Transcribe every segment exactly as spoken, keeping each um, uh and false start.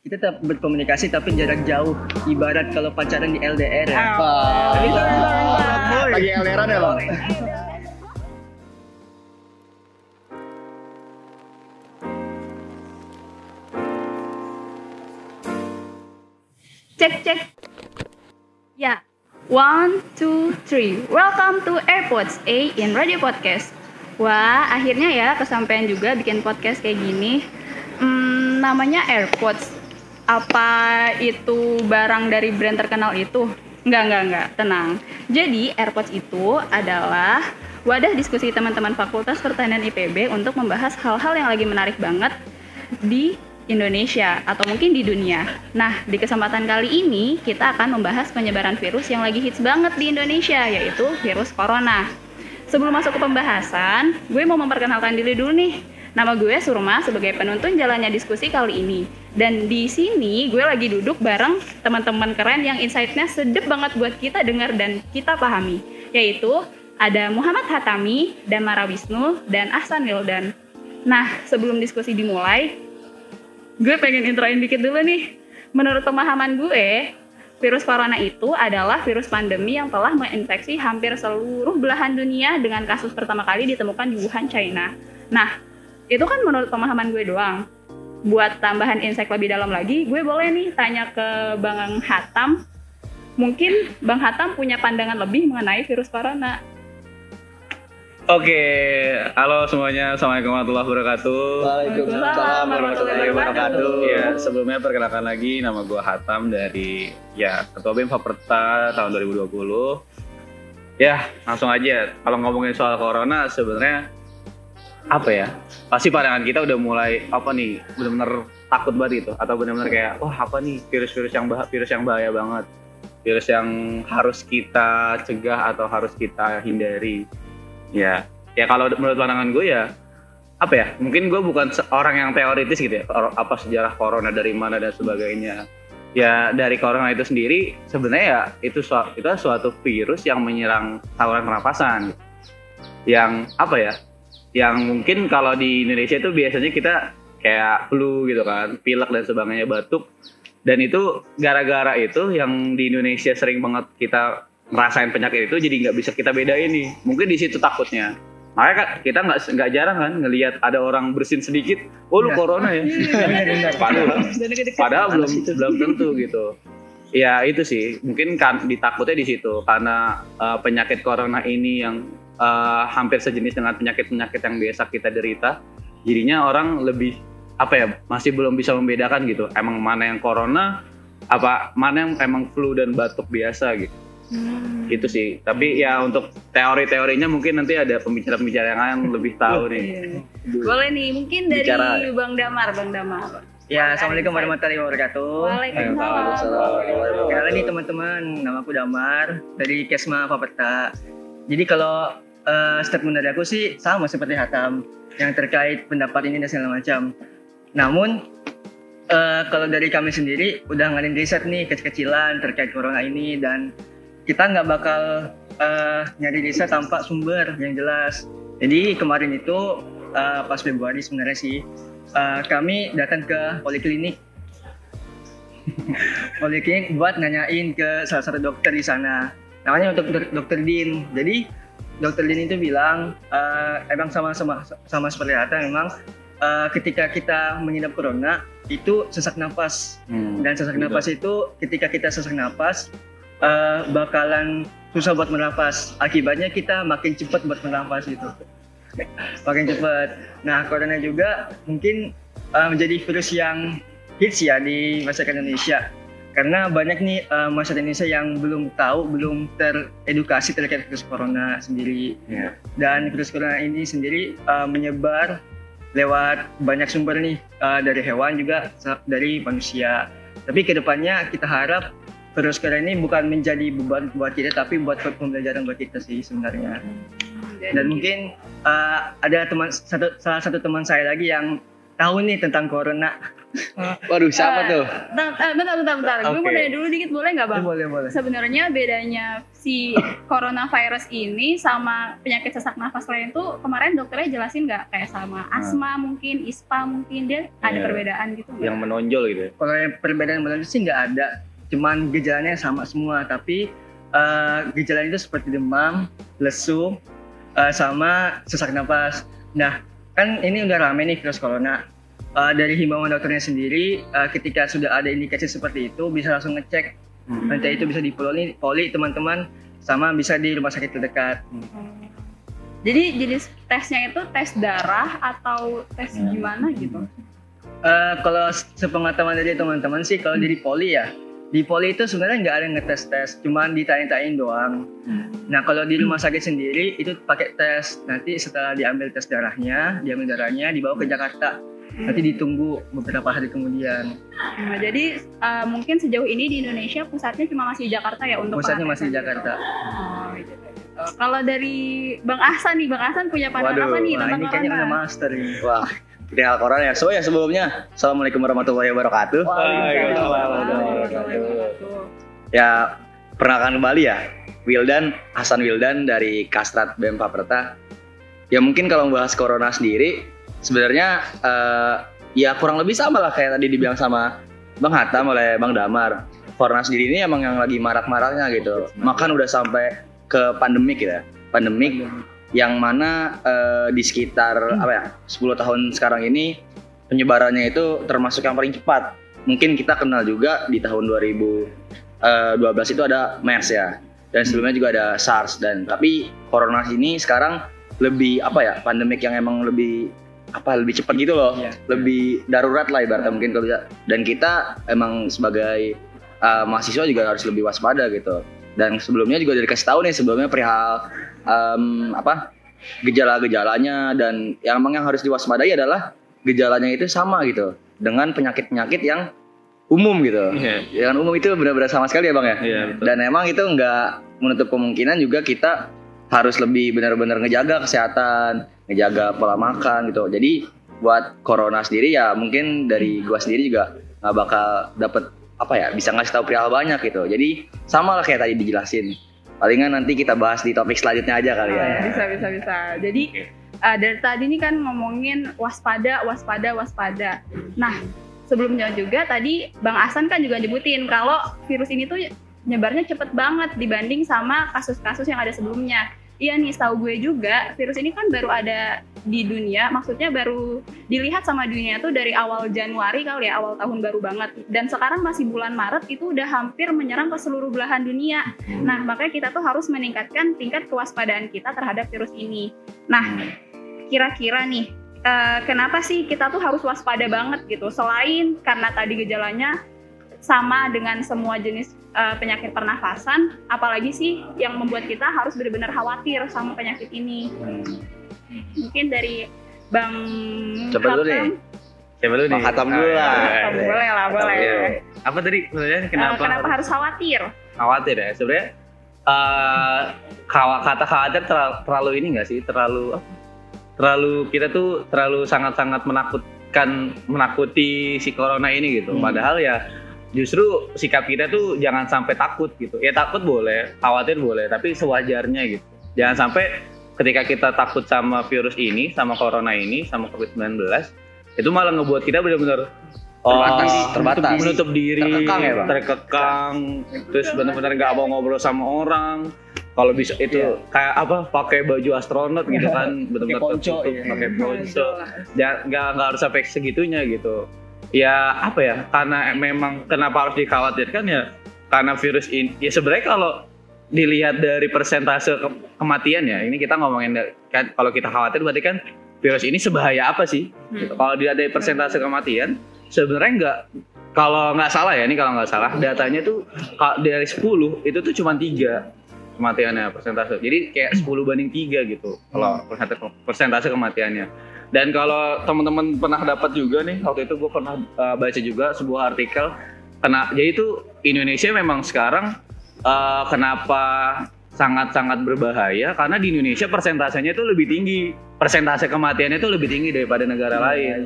kita tetap berkomunikasi tapi jarak jauh. Ibarat kalau pacaran di L D R ya. Oh. Bisa, bisa, bisa. Lagi L D R-an ya lo? Cek cek. Ya, one, two, three. Welcome to AirPods A in Radio Podcast. Wah, akhirnya ya kesampaian juga bikin podcast kayak gini. Hmm, namanya AirPods. Apa itu barang dari brand terkenal itu? Enggak, enggak, enggak. Tenang. Jadi AirPods itu adalah wadah diskusi teman-teman Fakultas Pertanian I P B untuk membahas hal-hal yang lagi menarik banget di Indonesia atau mungkin di dunia. Nah, di kesempatan kali ini kita akan membahas penyebaran virus yang lagi hits banget di Indonesia, yaitu virus corona. Sebelum masuk ke pembahasan, gue mau memperkenalkan diri dulu nih. Nama gue Surma sebagai penuntun jalannya diskusi kali ini. Dan di sini gue lagi duduk bareng teman-teman keren yang insight-nya sedep banget buat kita dengar dan kita pahami. Yaitu ada Muhammad Hatami, Damara Wisnu, dan Ahsan Wildan. Nah, sebelum diskusi dimulai, gue pengen introin dikit dulu nih. Menurut pemahaman gue, virus corona itu adalah virus pandemi yang telah menginfeksi hampir seluruh belahan dunia dengan kasus pertama kali ditemukan di Wuhan, China. Nah, itu kan menurut pemahaman gue doang. Buat tambahan insight lebih dalam lagi, gue boleh nih tanya ke Bang Hatam. Mungkin Bang Hatam punya pandangan lebih mengenai virus corona. Oke, halo semuanya, assalamualaikum warahmatullahi wabarakatuh. Waalaikumsalam warahmatullahi wabarakatuh. Ya, sebelumnya perkenalkan lagi, nama gue Hatam dari ya Ketua B I M Faperta tahun dua ribu dua puluh. Ya, langsung aja. Kalau ngomongin soal corona, sebenarnya apa ya? Pasti pandangan kita udah mulai apa nih? Benar-benar takut banget gitu, atau benar-benar kayak wah apa nih virus-virus yang bah virus yang bahaya banget, virus yang harus kita cegah atau harus kita hindari. Ya, ya kalau menurut pandangan gue ya apa ya? Mungkin gue bukan orang yang teoritis gitu ya. Apa sejarah corona dari mana dan sebagainya. Ya dari corona itu sendiri sebenarnya ya itu su- itu suatu virus yang menyerang saluran pernapasan. Yang apa ya? Yang mungkin kalau di Indonesia itu biasanya kita kayak flu gitu kan, pilek dan sebagainya, batuk. Dan itu gara-gara itu yang di Indonesia sering banget kita ngerasain penyakit itu, jadi nggak bisa kita bedain nih. Mungkin di situ takutnya. Makanya kan kita nggak nggak jarang kan ngelihat ada orang bersin sedikit, oh lu corona ya. Padahal, padahal belum belum tentu gitu. Ya itu sih, mungkin kan ditakutnya di situ karena uh, penyakit corona ini yang uh, hampir sejenis dengan penyakit-penyakit yang biasa kita derita. Jadinya orang lebih apa ya, masih belum bisa membedakan gitu. Emang mana yang corona, apa mana yang emang flu dan batuk biasa gitu. Hmm. Gitu sih. Tapi ya untuk teori-teorinya mungkin nanti ada pembicara-pembicara yang lain lebih tahu nih. Boleh nih, mungkin dari Bicara. Bang Damar, Bang Damar. Ya, assalamualaikum warahmatullahi wabarakatuh. Waalaikumsalam. Kenalin nih teman-teman, nama aku Damar dari Kesma Faperta. Jadi kalau uh, statement dari aku sih sama seperti Hatam yang terkait pendapat ini dan segala macam. Namun uh, kalau dari kami sendiri udah ngadain riset nih kecil-kecilan terkait corona ini, dan kita nggak bakal uh, nyari riset tanpa sumber yang jelas. Jadi kemarin itu uh, pas Februari sebenarnya sih uh, kami datang ke poliklinik poliklinik buat nanyain ke salah satu dokter di sana. Namanya untuk dokter Din. Jadi dokter Din itu bilang uh, emang sama-sama sama seperti Hatta, memang uh, ketika kita mengidap corona itu sesak napas. Hmm, dan sesak betul. Napas itu ketika kita sesak napas Uh, bakalan susah buat bernafas. Akibatnya kita makin cepat buat bernafas gitu. Makin cepat. Nah, corona juga mungkin uh, menjadi virus yang hits ya di masyarakat Indonesia. Karena banyak nih uh, masyarakat Indonesia yang belum tahu, belum teredukasi terkait virus corona sendiri. Yeah. Dan virus corona ini sendiri uh, menyebar lewat banyak sumber nih, uh, dari hewan juga dari manusia. Tapi kedepannya kita harap virus corona ini bukan menjadi beban buat kita, tapi buat pembelajaran buat kita sih sebenarnya. Dan, Dan mungkin uh, ada teman satu salah satu teman saya lagi yang tahu nih tentang corona. Waduh, siapa Eh, tuh? Bentar, eh, bentar, bentar, bentar. Gue mau Oke. nanya dulu dikit, boleh nggak bang? Boleh, boleh. Sebenarnya bedanya si coronavirus ini sama penyakit sesak nafas lain tuh kemarin dokternya jelasin nggak? Kayak sama asma mungkin, ispa mungkin, dia ada Iya. perbedaan gitu nggak? Yang menonjol gitu ya. Kalau yang perbedaan benar sih nggak ada, cuman gejalanya sama semua, tapi eh, gejalanya itu seperti demam, lesu, eh, sama sesak napas. Nah, kan ini udah rame nih virus corona. Eh, dari himbauan dokternya sendiri, eh, ketika sudah ada indikasi seperti itu, bisa langsung ngecek. Hmm. Nanti itu bisa di poli, poli teman-teman, sama bisa di rumah sakit terdekat. Jadi jenis tesnya itu tes darah atau tes Hmm. gimana gitu? Eh, kalau sepengetahuan dari teman-teman sih, kalau di poli ya, di poli itu sebenarnya nggak ada yang ngetes-tes, cuman ditanya-tanyain doang. Nah, kalau di rumah sakit sendiri itu pakai tes. Nanti setelah diambil tes darahnya, diambil darahnya, dibawa ke Jakarta. Nanti ditunggu beberapa hari kemudian. Nah, jadi eh, mungkin sejauh ini di Indonesia pusatnya cuma masih di Jakarta ya untuk Pusatnya masih di pengetesan? Jakarta. Oh, gitu. gitu. Kalau dari Bang Ahsan nih, Bang Ahsan punya pandangan Waduh, apa nih Nah, tentang ini kayaknya corona? udah master ini. Wah, perihal corona ya. So ya sebelumnya, Assalamualaikum warahmatullahi wabarakatuh. Ya, perkenalkan kembali ya, Wildan, Hasan Wildan dari Kastrat B E M Faperta. Ya mungkin kalau membahas corona sendiri, sebenarnya eh, ya kurang lebih sama lah kayak tadi dibilang sama Bang Hatam oleh Bang Damar. Corona sendiri ini emang yang lagi marak-maraknya gitu. Makan udah sampai ke pandemik ya, pandemik yang mana eh, di sekitar apa ya sepuluh tahun sekarang ini penyebarannya itu termasuk yang paling cepat. Mungkin kita kenal juga di tahun dua ribu dua belas itu ada MERS ya, dan sebelumnya juga ada SARS, dan tapi corona ini sekarang lebih apa ya, pandemik yang emang lebih apa lebih cepat gitu loh, Iya. lebih darurat lah ibaratnya mungkin kalau bisa. Dan kita emang sebagai uh, mahasiswa juga harus lebih waspada gitu. Dan sebelumnya juga dari kasih tahu nih sebelumnya perihal um, apa gejala-gejalanya, dan yang emang yang harus diwaspadai adalah gejalanya itu sama gitu dengan penyakit-penyakit yang umum gitu. Iya. Yang umum itu benar-benar sama sekali ya Bang ya. Iya, betul. Dan emang itu nggak menutup kemungkinan juga kita harus lebih benar-benar ngejaga kesehatan, ngejaga pola makan gitu. Jadi buat corona sendiri ya mungkin dari gua sendiri juga nggak bakal dapet apa ya bisa ngasih tahu perihal banyak gitu. Jadi sama lah kayak tadi dijelasin. Palingan nanti kita bahas di topik selanjutnya aja kali ya. Oh, bisa, bisa, bisa. Jadi uh, dari tadi nih kan ngomongin waspada, waspada, waspada. Nah, sebelumnya juga tadi Bang Ahsan kan juga nyebutin kalau virus ini tuh nyebarnya cepet banget dibanding sama kasus-kasus yang ada sebelumnya. Iya nih, setahu gue juga virus ini kan baru ada di dunia, maksudnya baru dilihat sama dunia tuh dari awal Januari kali ya, awal tahun baru banget. Dan sekarang masih bulan Maret, itu udah hampir menyerang ke seluruh belahan dunia. Nah, makanya kita tuh harus meningkatkan tingkat kewaspadaan kita terhadap virus ini. Nah, kira-kira nih, eh, kenapa sih kita tuh harus waspada banget gitu? Selain karena tadi gejalanya sama dengan semua jenis uh, penyakit pernafasan, apalagi sih yang membuat kita harus benar-benar khawatir sama penyakit ini? Mungkin dari Bang Coba dulu Hatam. nih. Siapa dulu nih? Bang Hatam dulu lah. Hatam, boleh lah, boleh. Iya. Apa tadi sebenarnya Uh, kenapa? kenapa harus khawatir? Khawatir ya sebenarnya. eh, kawa- kata khawatir terlalu, terlalu ini nggak sih? Terlalu apa? Terlalu kita tuh terlalu sangat-sangat menakutkan, menakuti si corona ini gitu. Hmm. Padahal ya justru sikap kita tuh jangan sampai takut gitu. Ya takut boleh, khawatir boleh, tapi sewajarnya gitu. Jangan sampai ketika kita takut sama virus ini, sama corona ini, sama covid sembilan belas, itu malah ngebuat kita benar-benar Terbatas, oh, terbatas. menutup diri, Terkekang ya, Bang? terkekang, terus benar-benar nggak mau ngobrol sama orang. Kalau bisa itu Iya. kayak apa? Pakai baju astronot gitu kan, benar-benar Pakai ponco, tertutup, iya. pakai ponco. Jangan nggak nggak harus sampai segitunya gitu. Ya apa ya? Karena memang kenapa harus dikhawatirkan ya? Karena virus ini. Ya sebenarnya kalau dilihat dari persentase ke- kematian ya, ini kita ngomongin da- kan kalau kita khawatir berarti kan virus ini sebahaya apa sih? Gitu. Kalau dilihat dari persentase kematian, sebenarnya nggak, kalau nggak salah ya, ini kalau nggak salah datanya tuh ka- dari sepuluh itu tuh cuma tiga kematiannya persentase. Jadi kayak sepuluh banding tiga gitu kalau persentase, persentase kematiannya. Dan kalau teman-teman pernah dapat juga nih, waktu itu gue pernah uh, baca juga sebuah artikel kena, jadi itu Indonesia memang sekarang uh, kenapa sangat-sangat berbahaya karena di Indonesia persentasenya itu lebih tinggi, persentase kematiannya itu lebih tinggi daripada negara lain.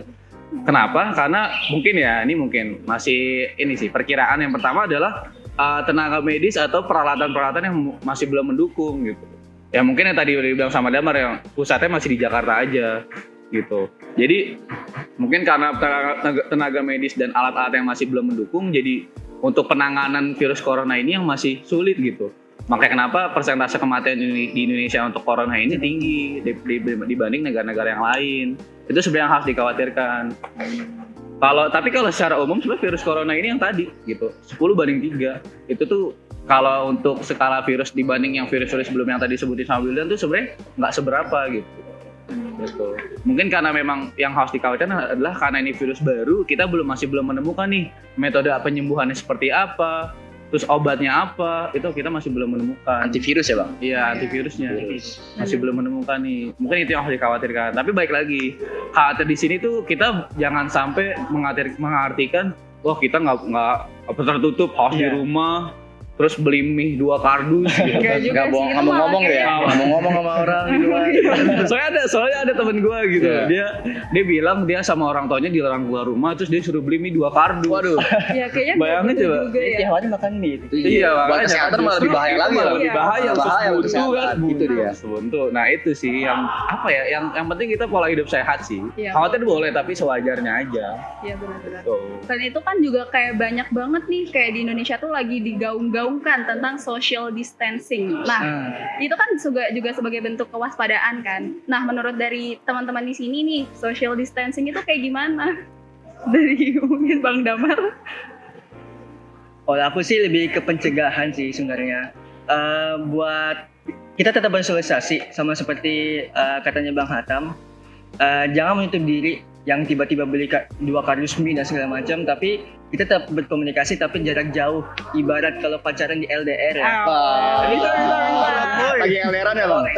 Kenapa? Karena mungkin ya, ini mungkin masih ini sih perkiraan. Yang pertama adalah uh, tenaga medis atau peralatan-peralatan yang masih belum mendukung gitu. Ya mungkin yang tadi udah dibilang sama Damar yang pusatnya masih di Jakarta aja gitu. Jadi mungkin karena tenaga, tenaga medis dan alat-alat yang masih belum mendukung, jadi untuk penanganan virus corona ini yang masih sulit gitu. Makanya kenapa persentase kematian di Indonesia untuk corona ini tinggi dibanding negara-negara yang lain. Itu sebenarnya yang harus dikhawatirkan. Kalau tapi kalau secara umum sebenarnya virus corona ini yang tadi gitu sepuluh banding tiga. Itu tuh kalau untuk skala virus dibanding yang virus-virus sebelum yang tadi sebutin sama Wildan tuh sebenarnya nggak seberapa gitu. Gitu. Mungkin karena memang yang harus dikhawatirkan adalah karena ini virus baru, kita belum masih belum menemukan nih metode penyembuhannya seperti apa, terus obatnya apa, itu kita masih belum menemukan. Antivirus ya bang? Iya, antivirusnya masih belum menemukan nih. Mungkin itu yang harus dikhawatirkan. Tapi baik lagi, khawatir di sini tuh kita jangan sampai mengartir, mengartikan, wah kita nggak nggak tertutup harus yeah. di rumah. Terus beli mie dua kardus gitu. Gak bohong, ngomong-ngomong ya, ngomong-ngomong sama orang di luar. Soalnya ada, soalnya ada temen gue gitu. Yeah. Dia dia bilang dia sama orang tuanya dilarang keluar rumah, terus dia suruh beli mie dua kardus. Waduh. Ya kayaknya bayangin coba. Ya. Tiap hari makan mie. Iya, buat kesehatan malah lebih bahaya lagi malah loh. lebih bahaya untuk buntu kan. Itu dia. Buntu. Nah itu sih yang apa ya? Yang yang penting kita pola hidup sehat sih. Ya, khawatir boleh tapi sewajarnya aja. Iya benar-benar. Tuh. Selain itu kan juga kayak banyak banget nih kayak di Indonesia tuh lagi digaung-gaungkan tentang social distancing. Nah, hmm. itu kan juga juga sebagai bentuk kewaspadaan kan. Nah, menurut dari teman-teman di sini nih, social distancing itu kayak gimana? Dari mungkin Bang Damar. Kalau aku sih lebih ke pencegahan sih sebenarnya. Uh, buat kita tetap bersosialisasi sama seperti uh, katanya Bang Hatam. Uh, jangan menutup diri yang tiba-tiba beli ka- dua kardus mie dan segala macam, tapi kita tetap berkomunikasi tapi jarak jauh. Ibarat kalau pacaran di L D R ya. Oh. Lagi L D R-an ya bang?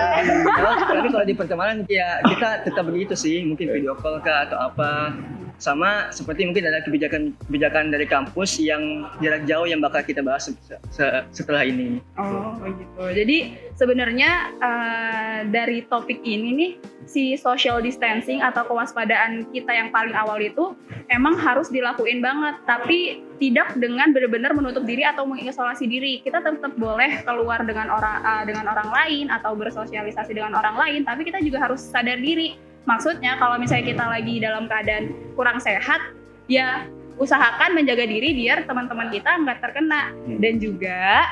Tapi kalau di pertemanan ya kita tetap begitu sih, mungkin video call kah atau apa. Sama seperti mungkin ada kebijakan-kebijakan dari kampus yang jarak jauh yang bakal kita bahas se- se- setelah ini. Oh gitu. Jadi sebenarnya uh, dari topik ini nih, si social distancing atau kewaspadaan kita yang paling awal itu emang harus dilakuin banget, tapi tidak dengan benar-benar menutup diri atau mengisolasi diri. Kita tetap boleh keluar dengan orang uh, dengan orang lain atau bersosialisasi dengan orang lain, tapi kita juga harus sadar diri. Maksudnya kalau misalnya kita lagi dalam keadaan kurang sehat, ya usahakan menjaga diri biar teman-teman kita nggak terkena. Dan juga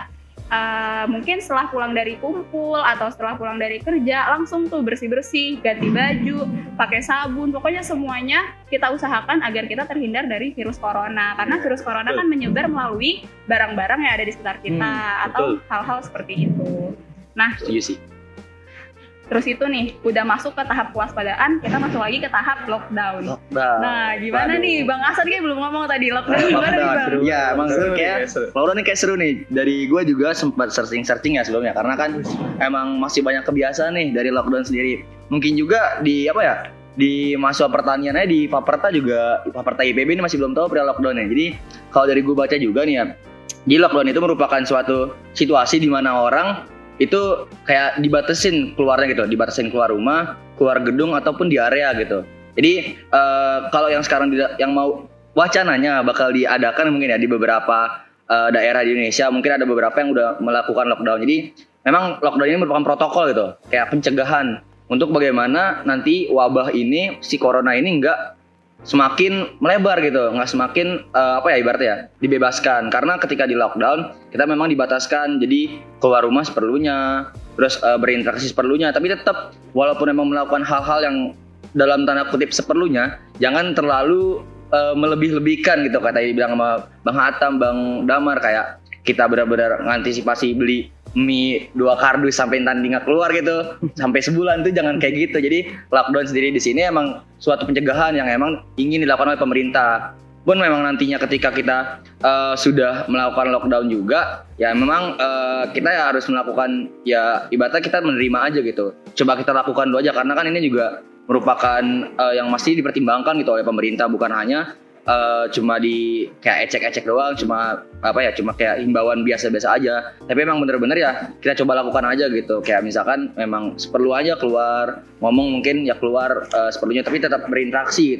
uh, mungkin setelah pulang dari kumpul atau setelah pulang dari kerja, langsung tuh bersih-bersih, ganti baju, pakai sabun, pokoknya semuanya kita usahakan agar kita terhindar dari virus corona. Karena virus corona kan menyebar melalui barang-barang yang ada di sekitar kita hmm, atau hal-hal seperti itu. Nah, setuju sih. Terus itu nih, udah masuk ke tahap kewaspadaan, kita masuk lagi ke tahap lockdown. Lockdown. Nah, gimana Aduh. nih? Bang Hasan kayak belum ngomong tadi, lockdown gimana nih Bang? Iya, emang seru kayak Laura nih kayak seru nih. Dari gue juga sempat searching-searching ya sebelumnya, karena kan emang masih banyak kebiasaan nih dari lockdown sendiri. Mungkin juga di apa ya, di mahasiswa pertaniannya di Faperta juga, Faperta I P B ini masih belum tahu perihal lockdownnya. Jadi kalau dari gue baca juga nih ya, di lockdown itu merupakan suatu situasi di mana orang itu kayak dibatasin keluarnya gitu, dibatasin keluar rumah, keluar gedung ataupun di area gitu. Jadi uh, kalau yang sekarang di, yang mau wacananya bakal diadakan mungkin ya di beberapa uh, daerah di Indonesia, mungkin ada beberapa yang udah melakukan lockdown. Jadi memang lockdown ini merupakan protokol gitu, kayak pencegahan untuk bagaimana nanti wabah ini, si corona ini enggak semakin melebar gitu, nggak semakin uh, apa ya ibaratnya ya, dibebaskan. Karena ketika di lockdown kita memang dibataskan, jadi keluar rumah seperlunya, terus uh, berinteraksi seperlunya, tapi tetap walaupun memang melakukan hal-hal yang dalam tanda kutip seperlunya, jangan terlalu uh, melebih-lebihkan gitu, kata dibilang sama Bang Hatam, Bang Damar, kayak kita benar-benar mengantisipasi beli mie dua kardus sampai nanti nggak keluar gitu sampai sebulan tuh jangan kayak gitu. Jadi lockdown sendiri di sini emang suatu pencegahan yang emang ingin dilakukan oleh pemerintah. Pun memang nantinya ketika kita uh, sudah melakukan lockdown juga, ya memang uh, kita ya harus melakukan ya ibaratnya kita menerima aja gitu. Coba kita lakukan dulu aja karena kan ini juga merupakan uh, yang masih dipertimbangkan gitu oleh pemerintah, bukan hanya Uh, cuma di kayak ecek-ecek doang, cuma apa ya, cuma kayak himbauan biasa-biasa aja. Tapi emang bener-bener ya kita coba lakukan aja gitu. Kayak misalkan memang seperlu aja keluar ngomong, mungkin ya keluar uh, seperlunya, tapi tetap berinteraksi gitu.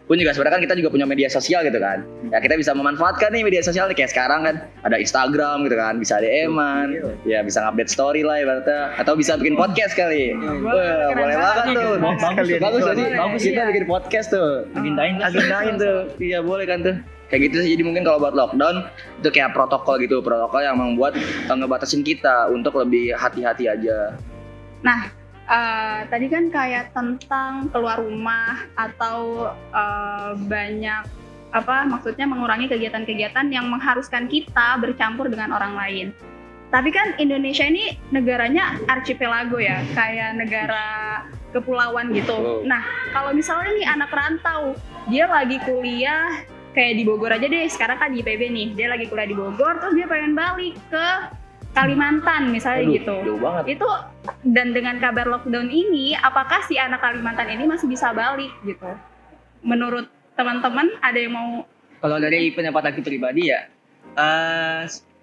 pun juga sebenarnya kan kita juga punya media sosial gitu kan. Ya kita bisa memanfaatkan nih media sosial kayak sekarang kan ada Instagram gitu kan, bisa D M-an, ya bisa update story lah ibaratnya, atau bisa bikin podcast kali. Wah, boleh banget tuh. Bagus, bagus jadi bagus kita bikin podcast tuh. Agendain, agendain tuh. Iya boleh kan tuh. Kayak gitu sih, jadi mungkin kalau buat lockdown itu kayak protokol gitu, protokol yang membuat uh, ngebatasin kita untuk lebih hati-hati aja. Nah, uh, tadi kan kayak tentang keluar rumah atau uh, banyak apa maksudnya mengurangi kegiatan-kegiatan yang mengharuskan kita bercampur dengan orang lain. Tapi kan Indonesia ini negaranya archipelago ya, kayak negara kepulauan gitu. Oh. Nah, kalau misalnya nih anak rantau, dia lagi kuliah kayak di Bogor aja deh, sekarang kan di I P B nih, dia lagi kuliah di Bogor, terus dia pengen balik ke Kalimantan misalnya. Aduh, gitu. Jauh banget. Itu dan dengan kabar lockdown ini, apakah si anak Kalimantan ini masih bisa balik gitu? Menurut teman-teman ada yang mau? Kalau dari pendapat aku pribadi ya, uh,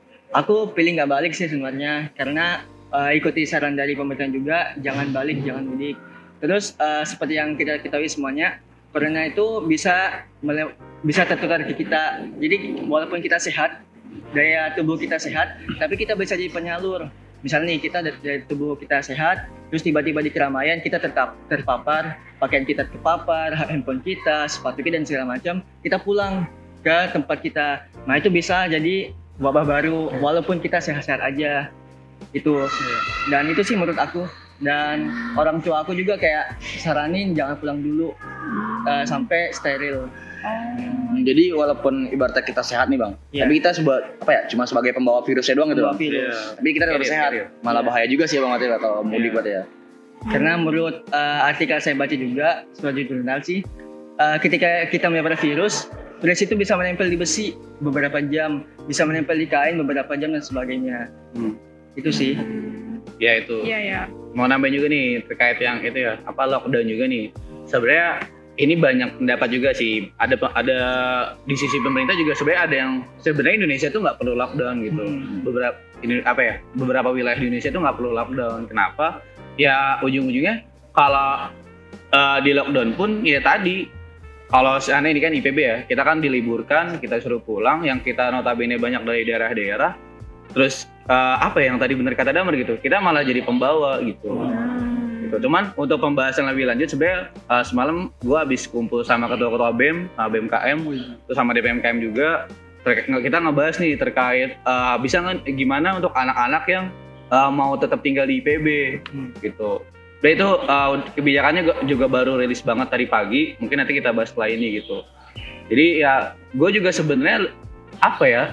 aku pilih nggak balik sih sebenarnya, karena uh, ikuti saran dari pemerintah juga, jangan balik, jangan mudik. Terus uh, seperti yang kita ketahui semuanya, corona itu bisa mele- bisa tertular ke kita. Jadi walaupun kita sehat, daya tubuh kita sehat, tapi kita bisa jadi penyalur. Misalnya nih kita dari tubuh kita sehat, terus tiba-tiba di keramaian kita tertap, terpapar, pakaian kita terpapar, handphone kita, sepatu kita dan segala macam, kita pulang ke tempat kita. Nah itu bisa jadi wabah baru walaupun kita sehat-sehat aja. Itu. Dan itu sih menurut aku. Dan orang tua aku juga kayak saranin jangan pulang dulu uh, sampai steril. Hmm, jadi walaupun ibaratnya kita sehat nih bang, yeah. tapi kita seba, apa ya cuma sebagai pembawa virusnya doang gitu bang. Virus. Tapi kita tetap sehat. Malah bahaya juga sih bang Atil kalau mudik buat ya. Karena menurut uh, artikel saya baca juga sebagai jurnal sih, uh, ketika kita mendapat virus, virus itu bisa menempel di besi beberapa jam, bisa menempel di kain beberapa jam dan sebagainya. Hmm. Itu sih. Ya itu. Iya ya. Mau nambahin juga nih terkait yang itu ya, apa lockdown juga nih. Sebenarnya ini banyak pendapat juga sih. Ada ada di sisi pemerintah juga sebenarnya ada yang sebenarnya Indonesia tuh nggak perlu lockdown gitu. Hmm. Beberapa ini apa ya? Beberapa wilayah di Indonesia tuh nggak perlu lockdown. Kenapa? Ya ujung-ujungnya kalau uh, di lockdown pun ya tadi kalau seandainya ini kan I P B ya, kita kan diliburkan, kita suruh pulang, yang kita notabene banyak dari daerah-daerah. Terus uh, apa yang tadi benar kata Damar gitu, kita malah jadi pembawa gitu. Hmm. Gitu. Cuman untuk pembahasan lebih lanjut sebenarnya uh, semalam gue habis kumpul sama ketua-ketua B E M, uh, B M K M, terus sama D P M K M juga. Ter- kita ngebahas nih terkait uh, bisa nggak gimana untuk anak-anak yang uh, mau tetap tinggal di I P B hmm. gitu. Dan itu uh, kebijakannya juga baru rilis banget tadi pagi. Mungkin nanti kita bahas setelah ini gitu. Jadi ya gue juga sebenarnya apa ya?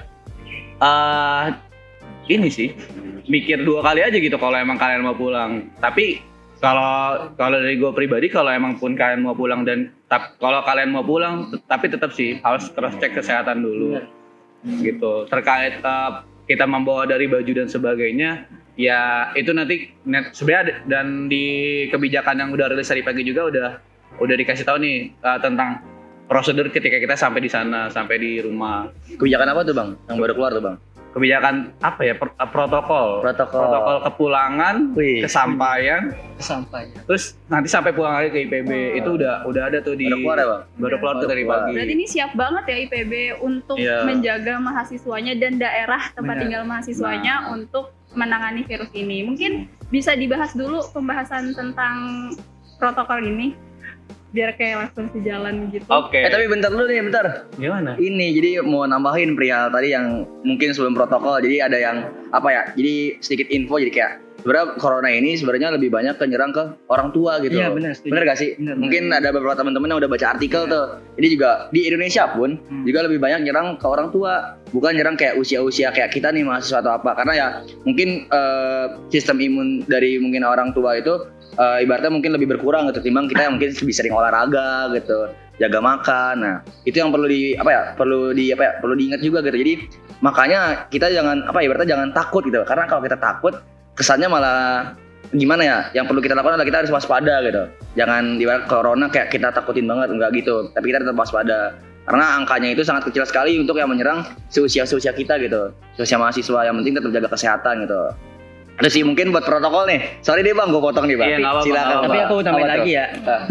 Uh, ini sih mikir dua kali aja gitu kalau emang kalian mau pulang. Tapi kalau kalau dari gue pribadi kalau emang pun kalian mau pulang dan tap, kalau kalian mau pulang tapi tetap sih harus cross check kesehatan dulu gitu. Terkait uh, kita membawa dari baju dan sebagainya ya itu nanti net, sebenarnya dan di kebijakan yang udah rilis tadi pagi juga udah udah dikasih tahu nih uh, tentang prosedur ketika kita sampai di sana, sampai di rumah. Kebijakan apa tuh bang yang baru keluar tuh bang? Kebijakan apa ya, Pro- protokol protokol protokol kepulangan, Wih. kesampaian, kesampaian. terus nanti sampai pulang lagi ke I P B. Oh. Itu udah udah ada tuh di baru keluar ya bang? Baru keluar tuh dari pagi. Berarti ini siap banget ya I P B untuk yeah. menjaga mahasiswanya dan daerah tempat Benar. tinggal mahasiswanya nah. untuk menangani virus ini. Mungkin bisa dibahas dulu pembahasan tentang protokol ini biar kayak langsung sejalan gitu. Oke. Okay. Eh tapi bentar dulu nih, bentar. Gimana? Ini jadi mau nambahin perihal tadi yang mungkin sebelum protokol. Jadi ada yang apa ya? Jadi sedikit info jadi kayak sebenarnya corona ini sebenarnya lebih banyak menyerang ke orang tua gitu. Iya benar. Benar gak sih? Benar, mungkin benar. ada beberapa teman-teman yang udah baca artikel ya. Tuh. Jadi juga di Indonesia pun hmm. juga lebih banyak nyerang ke orang tua, bukan nyerang kayak usia-usia kayak kita nih mahasiswa atau apa. Karena ya mungkin uh, sistem imun dari mungkin orang tua itu Uh, ibaratnya mungkin lebih berkurang gitu timbang kita yang mungkin lebih sering olahraga gitu, jaga makan. Nah, itu yang perlu di apa ya? Perlu di apa ya? Perlu diingat juga gitu. Jadi makanya kita jangan apa ibaratnya jangan takut gitu. Karena kalau kita takut kesannya malah gimana ya? Yang perlu kita lakukan adalah kita harus waspada gitu. Jangan ibarat corona kayak kita takutin banget, enggak gitu. Tapi kita tetap waspada. Karena angkanya itu sangat kecil sekali untuk yang menyerang seusia-usia kita gitu. Seusia mahasiswa, yang penting tetap jaga kesehatan gitu. Ada sih mungkin buat protokol nih. Sorry deh Bang, gue potong nih Bang. Iya, nggak apa-apa, Silakan. nggak Tapi Bang. aku tambahin Apa tuh? lagi ya. Ah.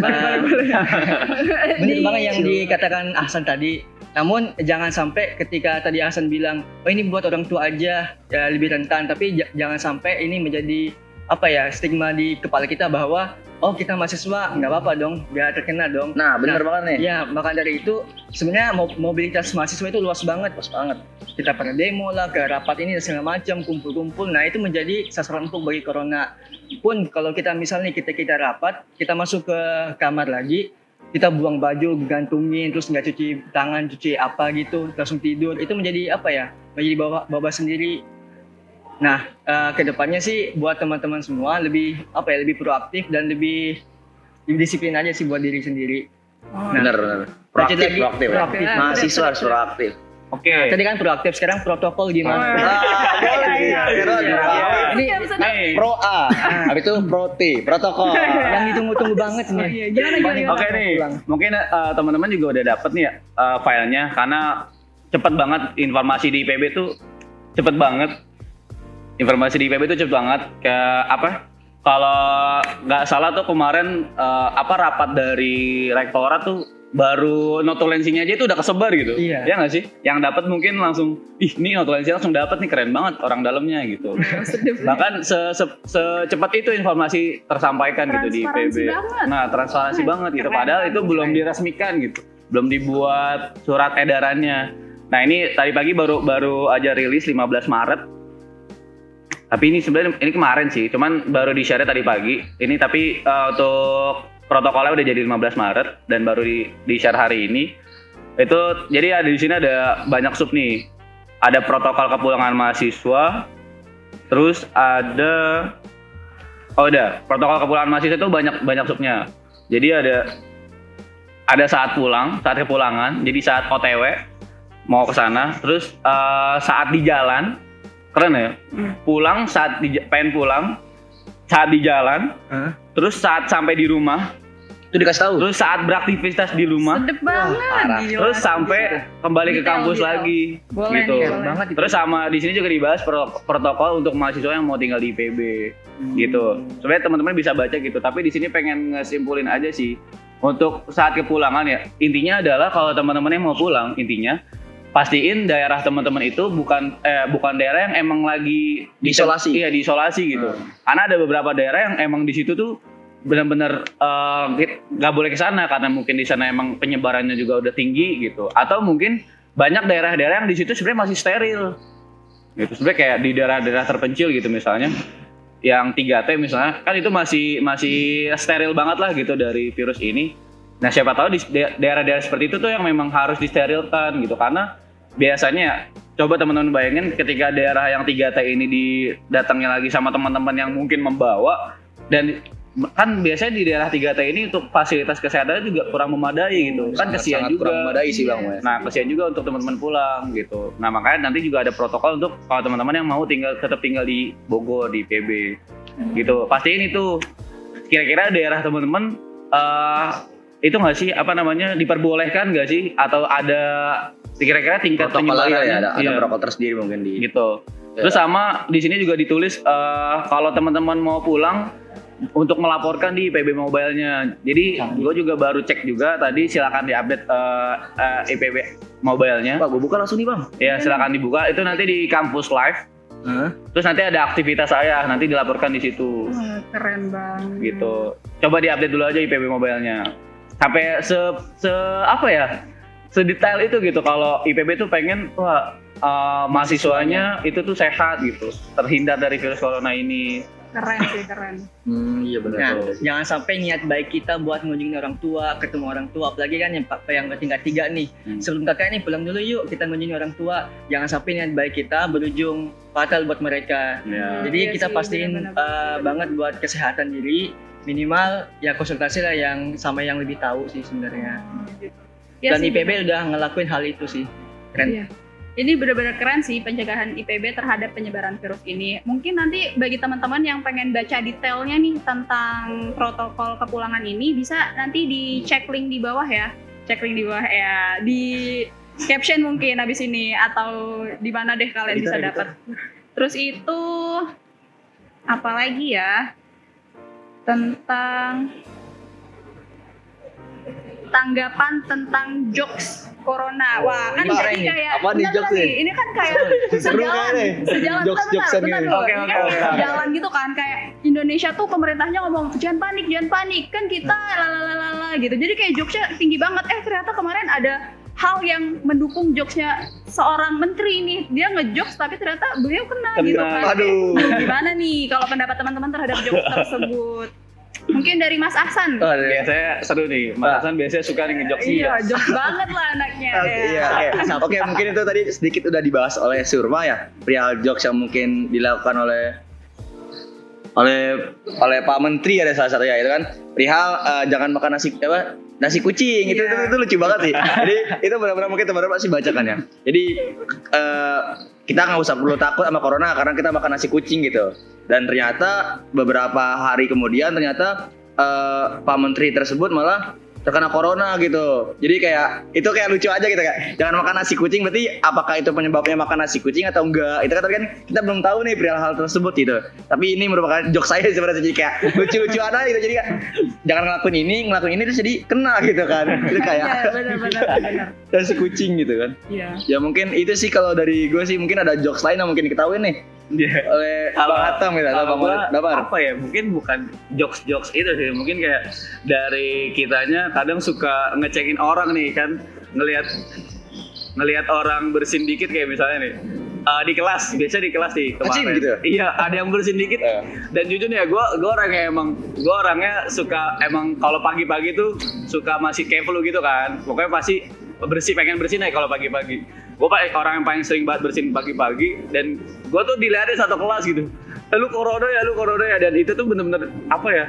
Uh, bener banget yang dikatakan Ahsan tadi. Namun jangan sampai ketika tadi Ahsan bilang, oh ini buat orang tua aja ya lebih rentan. Tapi j- jangan sampai ini menjadi apa ya stigma di kepala kita bahwa oh kita mahasiswa nggak apa-apa dong, nggak terkena dong. Nah, bener banget nih. Ya maka dari itu sebenarnya mo- mobilitas mahasiswa itu luas banget. Luas banget. Kita pernah demo lah ke rapat ini dan segala macam kumpul-kumpul. Nah itu menjadi sasaran empuk bagi corona. Pun kalau kita misalnya kita kita rapat, kita masuk ke kamar lagi, kita buang baju, gantungin, terus nggak cuci tangan, cuci apa gitu, langsung tidur. Itu menjadi apa ya? Menjadi bawa bawa sendiri. Nah uh, kedepannya sih buat teman-teman semua lebih apa ya? Lebih proaktif dan lebih, lebih disiplin aja sih buat diri sendiri. Nah, Bener bener. lanjut Proaktif, lagi. proaktif. ya. Proaktif. Mahasiswa harus proaktif. Oke. Tadi kan proaktif, sekarang protokol gimana? Ah, boleh. iya, Kira iya, dua. iya. Ini Nih. Pro A, habis itu Pro T, protokol. yang ditunggu-tunggu banget nih. iya, gimana, gimana, gimana? Oke nih, mungkin uh, teman-teman juga udah dapet nih ya uh, filenya karena cepet banget informasi di I P B tuh cepet banget. Informasi di I P B tuh cepet banget. Kayak apa? Kalau nggak salah tuh kemarin uh, apa rapat dari rektorat tuh baru notulensinya aja itu udah kesebar gitu. Iya. Ya nggak sih? Yang dapat mungkin langsung, ih ini notulensinya langsung dapat nih, keren banget orang dalamnya gitu. Bahkan se -se secepat itu informasi tersampaikan gitu di I P B. Transparansi banget. Nah, transparansi Wah, banget gitu. keren Padahal banget. itu belum diresmikan gitu. Belum dibuat surat edarannya. Nah, ini tadi pagi baru baru aja rilis lima belas Maret. Tapi ini sebenarnya ini kemarin sih, cuman baru di-share tadi pagi. Ini tapi uh, untuk protokolnya udah jadi lima belas Maret dan baru di, di-share hari ini. Itu jadi ada di sini ada banyak sub nih. Ada protokol kepulangan mahasiswa. Terus ada oh udah, protokol kepulangan mahasiswa itu banyak banyak subnya. Jadi ada ada saat pulang, saat kepulangan, jadi saat O T W mau ke sana, terus uh, saat di jalan, keren ya. Pulang saat di, pengen pulang, saat di jalan, Hah? terus saat sampai di rumah, Itu dikasih tahu. terus saat beraktivitas di rumah, Sedep banget. parah. Gila. terus sampai kembali ke Detail, kampus detail. lagi, Boleh gitu. nih, Keren boleh. banget itu. Terus sama di sini juga dibahas pro- protokol untuk mahasiswa yang mau tinggal di I P B, gitu. Sebenarnya teman-teman bisa baca gitu. Tapi di sini pengen ngesimpulin aja sih untuk saat kepulangan ya. Intinya adalah kalau teman-teman yang mau pulang, intinya pastiin daerah teman-teman itu bukan eh bukan daerah yang emang lagi di- Diisolasi. Iya, diisolasi gitu. Hmm. Karena ada beberapa daerah yang emang di situ tuh benar-benar eh, nggak boleh ke sana karena mungkin di sana emang penyebarannya juga udah tinggi gitu. Atau mungkin banyak daerah-daerah yang di situ sebenarnya masih steril. Gitu. Sebenarnya kayak di daerah-daerah terpencil gitu misalnya, yang tiga T misalnya, kan itu masih masih steril banget lah gitu dari virus ini. Nah, siapa tahu di da- daerah-daerah seperti itu tuh yang memang harus disterilkan gitu, karena biasanya coba teman-teman bayangin ketika daerah yang tiga T ini didatangnya lagi sama teman-teman yang mungkin membawa, dan kan biasanya di daerah tiga T ini untuk fasilitas kesehatannya juga kurang memadai gitu. Kan Sangat- kesian sangat juga. kurang memadai sih Bang. Wes. Nah, kesian juga untuk teman-teman pulang gitu. Nah, makanya nanti juga ada protokol untuk kalau teman-teman yang mau tinggal tetap tinggal di Bogor, di I P B gitu. Pastiin itu kira-kira daerah teman-teman eh itu nggak sih apa namanya diperbolehkan nggak sih, atau ada kira-kira tingkat Protokol penyebarannya ya, ada, ada Iya, protokol tersendiri mungkin di. gitu. Ya. Terus sama di sini juga ditulis eh kalau teman-teman mau pulang untuk melaporkan di I P B Mobile-nya. Jadi gue juga baru cek juga tadi, silakan diupdate eh, eh, I P B Mobile-nya. Wah, gue buka langsung nih Bang. Ya silakan dibuka. Itu nanti di kampus live. Hah? Terus nanti ada aktivitas saya, nanti dilaporkan di situ. Wah, keren banget. Gitu. Coba diupdate dulu aja I P B Mobile-nya. Sampai se, se apa ya? Sedetail itu gitu. Kalau I P B tuh pengen wah eh, mahasiswanya itu tuh sehat gitu, terhindar dari virus corona ini. Keren sih, keren. Hmm, iya benar. Nah, tuh. jangan sampai niat baik kita buat ngunjungin orang tua, ketemu orang tua, apalagi kan yang pak yang tingkat tiga nih. Hmm. Sebelum kakak nih pulang dulu yuk kita ngunjungin orang tua. Jangan sampai niat baik kita berujung fatal buat mereka. Ya. Jadi Iya kita sih, pastiin benar-benar. uh, banget buat kesehatan diri, minimal ya konsultasi lah yang sama yang lebih tahu sih sebenarnya. Iya Dan sih, I P B benar. udah ngelakuin hal itu sih. Keren. Iya. Ini benar-benar keren sih pencegahan I P B terhadap penyebaran virus ini. Mungkin nanti bagi teman-teman yang pengen baca detailnya nih tentang protokol kepulangan ini, bisa nanti dicek link di bawah ya. Cek link di bawah ya. Di caption mungkin habis ini, atau di mana deh kalian Editor, bisa editor. dapat. Terus itu apalagi ya tentang tanggapan tentang jokes corona. Wah, kan Apa jadi ini? kayak Apa nih bentar jokes nih? nih? Ini kan kayak Seru sejalan, kayaknya. sejalan Jokes-joksan bentar, bentar, gini. bentar, Oke, Ini oke, kan oke, kayak oke. sejalan gitu kan, kayak Indonesia tuh pemerintahnya ngomong jangan panik, jangan panik, kan kita lalalala gitu. Jadi kayak jokesnya tinggi banget. Eh ternyata kemarin ada hal yang mendukung jokesnya seorang menteri nih, dia ngejokes tapi ternyata beliau kena, Kena. gitu kan. Aduh. Eh, gimana nih kalau pendapat teman-teman terhadap jokes tersebut? Mungkin dari Mas Ahsan. Oh, ada- Biasanya seru nih, Mas Hasan biasanya suka nih ngejokes Iya, dia. jokes banget lah anaknya. Oke, ya. iya, oke. Oke, mungkin itu tadi sedikit udah dibahas oleh Surma ya, perihal jokes yang mungkin dilakukan oleh oleh oleh Pak Menteri ada salah satunya itu kan perihal eh, jangan makan nasi apa nasi kucing itu, Iya. itu itu lucu banget sih. Jadi itu benar-benar mungkin teman-teman pasti baca kan ya. Jadi eh, kita nggak usah perlu takut sama corona karena kita makan nasi kucing gitu. Dan ternyata beberapa hari kemudian ternyata eh, Pak Menteri tersebut malah terkena corona gitu. Jadi kayak itu kayak lucu aja gitu kayak jangan makan nasi kucing, berarti apakah itu penyebabnya makan nasi kucing atau enggak? Itu kan tapi kan kita belum tahu nih perihal hal tersebut gitu. Tapi ini merupakan joke saya sebenarnya, jadi kayak lucu-lucuan aja gitu. Jadi kayak jangan ngelakuin ini, ngelakuin ini terus jadi kena gitu kan. Itu kayak Iya, benar-benar benar. nasi kucing gitu kan. Iya. Ya mungkin itu sih kalau dari gue sih, mungkin ada jokes lain yang mungkin diketahui nih Iya. oleh Bang Hatam gitu atau Kalau Bang gua, Dabar. apa ya, mungkin bukan jokes-jokes itu sih, mungkin kayak dari kitanya kadang suka ngecekin orang nih kan, ngelihat ngelihat orang bersin dikit kayak misalnya nih uh, di kelas, biasa di kelas nih Ngecim kemarin. gitu ya? Iya, ada yang bersin dikit. Eh. Dan jujur nih ya, gue gue orangnya emang gue orangnya suka emang kalau pagi-pagi tuh suka masih kayak flu gitu kan, pokoknya pasti bersih, pengen bersih nih kalau pagi-pagi. Gue orang yang paling sering banget bersin pagi-pagi, dan gue tuh dilihatin satu kelas gitu, lu corona ya, lu corona ya, dan itu tuh bener-bener apa ya,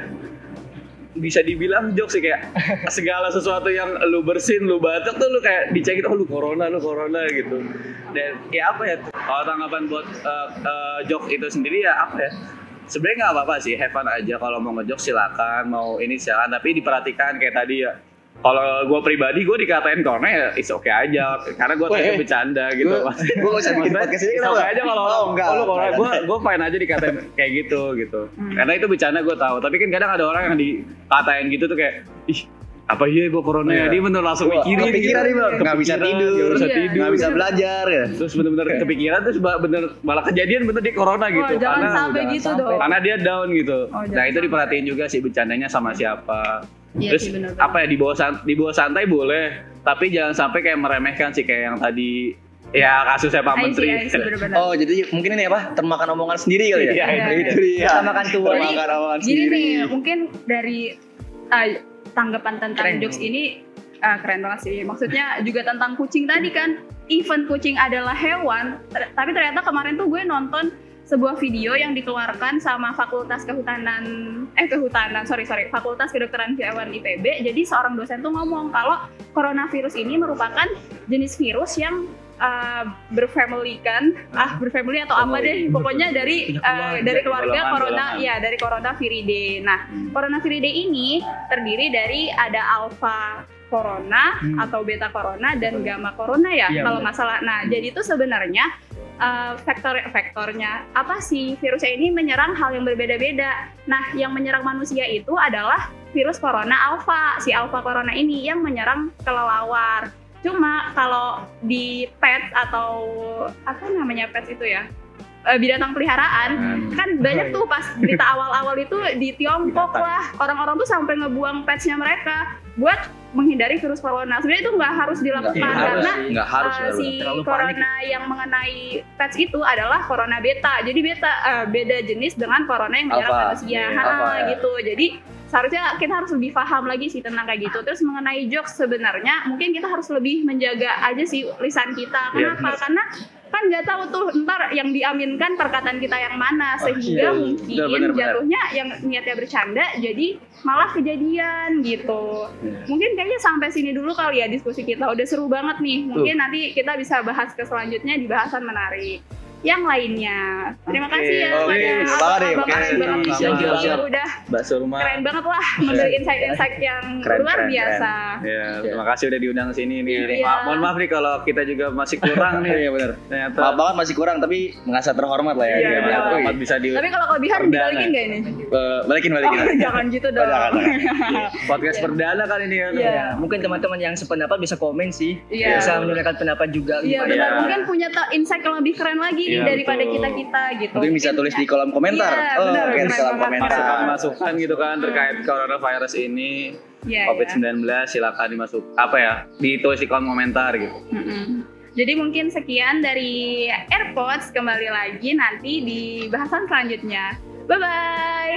bisa dibilang jokes sih, kayak segala sesuatu yang lu bersin, lu batuk tuh lu kayak dicekin, oh lu corona, lu corona gitu. Dan ya apa ya, kalau tanggapan buat uh, uh, joke itu sendiri ya apa ya, sebenarnya nggak apa-apa sih, have fun aja, kalau mau ngejok silakan, mau ini silakan, tapi diperhatikan kayak tadi ya. Kalau gue pribadi, gue dikatain corona ya it's okay aja, karena gue tadi bercanda gitu. Gue gak usah bikin podcast ini It's kenapa? okay aja kalau Oh, enggak. oh, lu corona, gue gue fine aja dikatain kayak gitu gitu. Karena itu bercanda gue tahu, tapi kan kadang ada orang yang dikatain gitu tuh kayak, ih apa iya gue corona ya, Iya. dia bener langsung Wah, mikirin kepikiran nih, Bang. Kepikiran, Nggak bisa tidur, nggak bisa Iya. tidur, nggak bisa belajar ya. terus bener-bener kepikiran, terus ba- bener malah kejadian bener di corona gitu. Oh, jangan karena sampai gitu dong. karena dia down gitu. Oh, Nah jangan itu diperhatiin juga sih bercandanya sama siapa. Iya Terus sih, benar-benar. apa ya, di bawah san- di bawah santai boleh, tapi jangan sampai kayak meremehkan sih kayak yang tadi ya kasusnya Pak I see, Menteri. I see, benar-benar. Oh, jadi mungkin ini apa? Termakan omongan sendiri kali ya? Iya, iya, itu dia. Termakan tua. Termakan omongan Jadi sendiri. nih mungkin dari uh, tanggapan tentang Keren. jokes ini uh, keren banget sih. Maksudnya juga tentang kucing tadi kan, even kucing adalah hewan, ter- tapi ternyata kemarin tuh gue nonton sebuah video yang dikeluarkan sama Fakultas Kehutanan eh Kehutanan sorry sorry Fakultas Kedokteran Hewan I P B. Jadi seorang dosen tuh ngomong kalau coronavirus ini merupakan jenis virus yang uh, berfamily kan ah berfamily atau apa deh, pokoknya dari uh, dari keluarga Golongan, corona golongan. ya dari Coronaviridae. Nah, Coronaviridae ini terdiri dari ada alpha corona atau beta corona dan gamma corona ya Iya, kalau benar. nggak salah. Nah, jadi itu sebenarnya uh, faktor faktornya apa sih, virusnya ini menyerang hal yang berbeda-beda. Nah, yang menyerang manusia itu adalah virus corona alpha, si alpha corona ini yang menyerang kelelawar. Cuma kalau di pets atau apa namanya pets itu ya, eh, binatang peliharaan, kan banyak tuh pas berita awal-awal itu di Tiongkok lah, orang-orang tuh sampai ngebuang petsnya mereka buat menghindari virus corona. Sebenarnya itu nggak harus dilakukan Nggak harus, karena nggak harus. uh, benar-benar. si Terlalu corona yang mengenai pets itu adalah corona beta. Jadi beta uh, beda jenis dengan corona yang menyerang Alpha. manusia. Iya, Ha, alpha, ya. gitu. Jadi seharusnya kita harus lebih paham lagi sih tentang kayak gitu. Terus mengenai jokes sebenarnya mungkin kita harus lebih menjaga aja sih lisan kita. Iya, Kenapa? Karena kan nggak tahu tuh ntar yang diaminkan perkataan kita yang mana, iya. sehingga mungkin Benar, benar, benar. jatuhnya yang niatnya bercanda jadi malah kejadian gitu. Mungkin kayaknya sampai sini dulu kali ya diskusi kita, udah seru banget nih. Mungkin nanti kita bisa bahas ke selanjutnya di bahasan menarik. yang lainnya. Terima Oke. kasih ya Oke, pada terima kasih. Abang Oke, Abang banget nih. siap, siap, siap. Udah Mbak Surma. keren banget lah memberi insight-insight yang Keren, luar keren, biasa. Ya, terima kasih udah diundang sini nih. Iya. Ma- mohon maaf nih kalau kita juga masih kurang nih. Iya benar. Ternyata Maaf banget masih kurang tapi merasa terhormat lah ya. Iya, Iya, iya. Wih, Amat bisa di Tapi kalau kelebihan Perdana. dibalikin gak ini? eh, balikin balikin. Oh, jangan gitu dong. jangan, podcast perdana kali ini kan. Iya. Ya, mungkin teman-teman yang sependapat bisa komen sih, Iya. bisa menyampaikan pendapat juga. Iya gimana. benar, Iya. mungkin punya ta- insight yang lebih keren lagi nih Iya, daripada betul. kita-kita gitu. Mungkin bisa tulis di kolom komentar. Iya, oh, benar, mungkin di keren kolom banget. komentar. Masukan-masukan gitu kan terkait coronavirus ini, Iya, covid iya. sembilan belas silakan dimasuk apa ya? Ditulis di kolom komentar gitu. Mm-mm. Jadi mungkin sekian dari AirPods, kembali lagi nanti di bahasan selanjutnya. Bye bye.